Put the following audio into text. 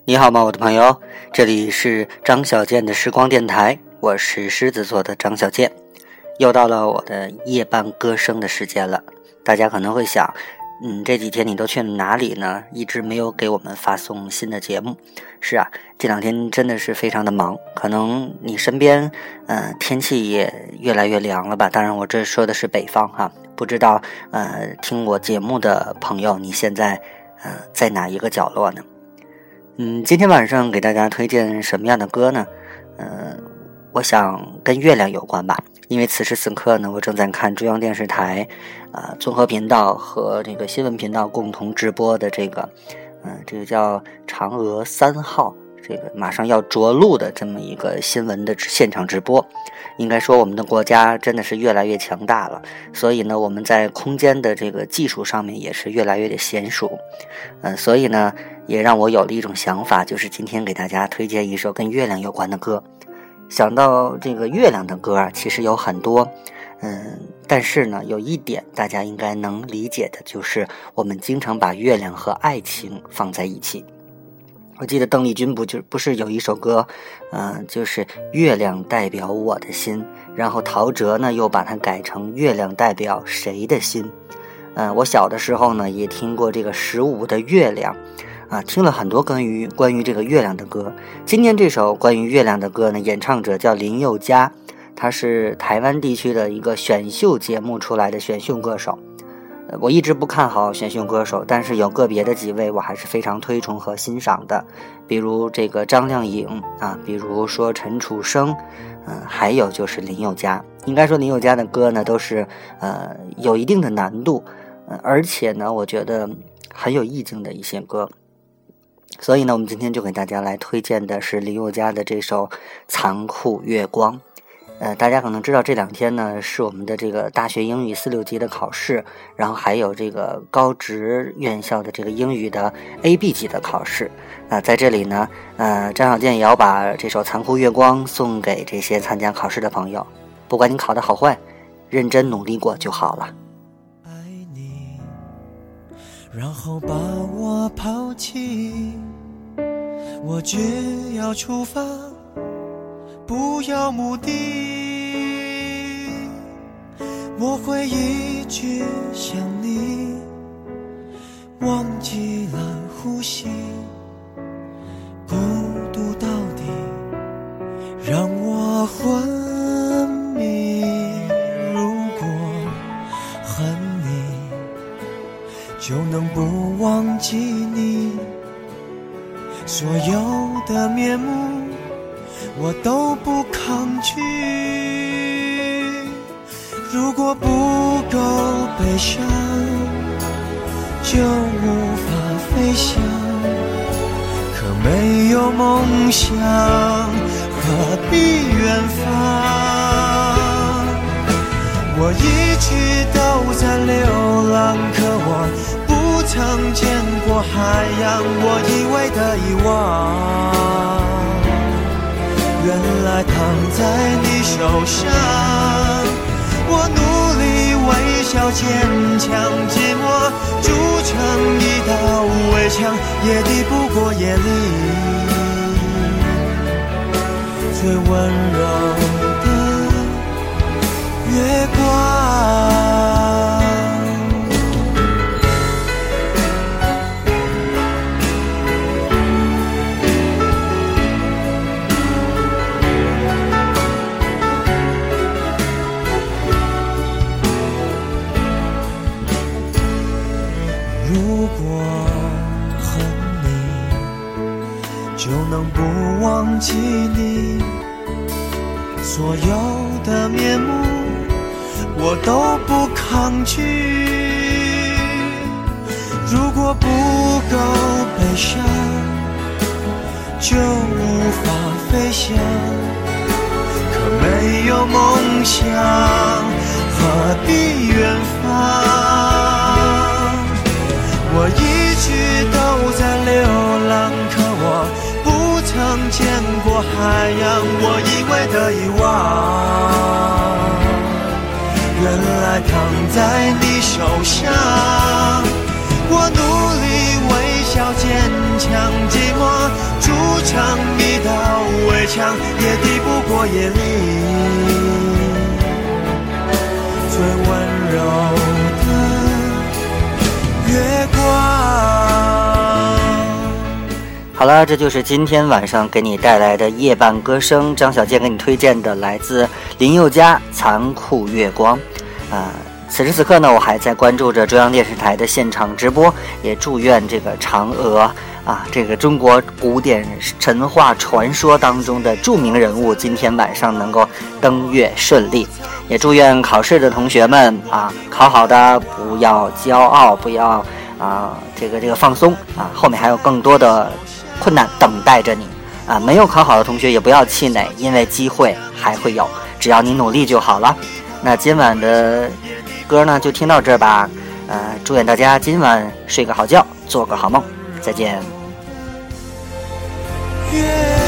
你好吗，我的朋友？这里是张小健的时光电台，我是狮子座的张小健。又到了我的夜半歌声的时间了。大家可能会想，这几天你都去了哪里呢？一直没有给我们发送新的节目。是啊，这两天真的是非常的忙，可能你身边天气也越来越凉了吧。当然我这说的是北方哈，不知道听我节目的朋友你现在在哪一个角落呢？今天晚上给大家推荐什么样的歌呢？我想跟月亮有关吧，因为此时此刻呢，我正在看中央电视台综合频道和这个新闻频道共同直播的这个叫嫦娥3号，这个马上要着陆的这么一个新闻的现场直播。应该说我们的国家真的是越来越强大了，所以呢我们在空间的这个技术上面也是越来越的娴熟。所以呢也让我有了一种想法，就是今天给大家推荐一首跟月亮有关的歌。想到这个月亮的歌啊，其实有很多，但是呢有一点大家应该能理解的，就是我们经常把月亮和爱情放在一起。我记得邓丽君不是有一首歌，就是月亮代表我的心，然后陶喆呢又把它改成月亮代表谁的心。我小的时候呢也听过这个15的月亮，听了很多关于这个月亮的歌。今天这首关于月亮的歌呢，演唱者叫林宥嘉，他是台湾地区的一个选秀节目出来的选秀歌手。我一直不看好选秀歌手，但是有个别的几位我还是非常推崇和欣赏的，比如这个张靓颖比如说陈楚生，还有就是林宥嘉。应该说林宥嘉的歌呢都是有一定的难度，而且呢我觉得很有意境的一些歌。所以呢我们今天就给大家来推荐的是林宥嘉的这首残酷月光。大家可能知道这两天呢是我们的这个大学英语4、6级的考试，然后还有这个高职院校的这个英语的 AB 级的考试。在这里呢张小健也要把这首残酷月光送给这些参加考试的朋友，不管你考得好坏，认真努力过就好了。 爱你然后把我抛弃，我只要出发，不要目的，我会一直想你，忘记了呼吸，孤独到底让我昏迷。如果恨你就能不忘记你，所有的面目我都不抗拒。如果不够悲伤就无法飞翔，可没有梦想何必远方。我一直都在流浪，可我不曾见过海洋，我以为的遗忘原来躺在你手上。我努力微笑坚强，寂寞筑成一道围墙，也抵不过夜里最温柔的月光。如果恨你就能不忘记你，所有的面目我都不抗拒。如果不够悲伤就无法飞翔，可没有梦想何必远方。我一直都在流浪，可我不曾见过海洋，我以为的遗忘原来躺在你手上。我努力微笑坚强，寂寞像一道围墙，也抵不过夜里最温柔的月光。 好了，这就是今天晚上给你带来的夜半歌声，张小健给你推荐的来自林宥嘉《残酷月光》。此时此刻呢，我还在关注着中央电视台的现场直播，也祝愿这个嫦娥这个中国古典神话传说当中的著名人物，今天晚上能够登月顺利。也祝愿考试的同学们考好的不要骄傲，不要这个放松后面还有更多的困难等待着你没有考好的同学也不要气馁，因为机会还会有，只要你努力就好了。那今晚的歌呢就听到这儿吧，祝愿大家今晚睡个好觉，做个好梦，再见。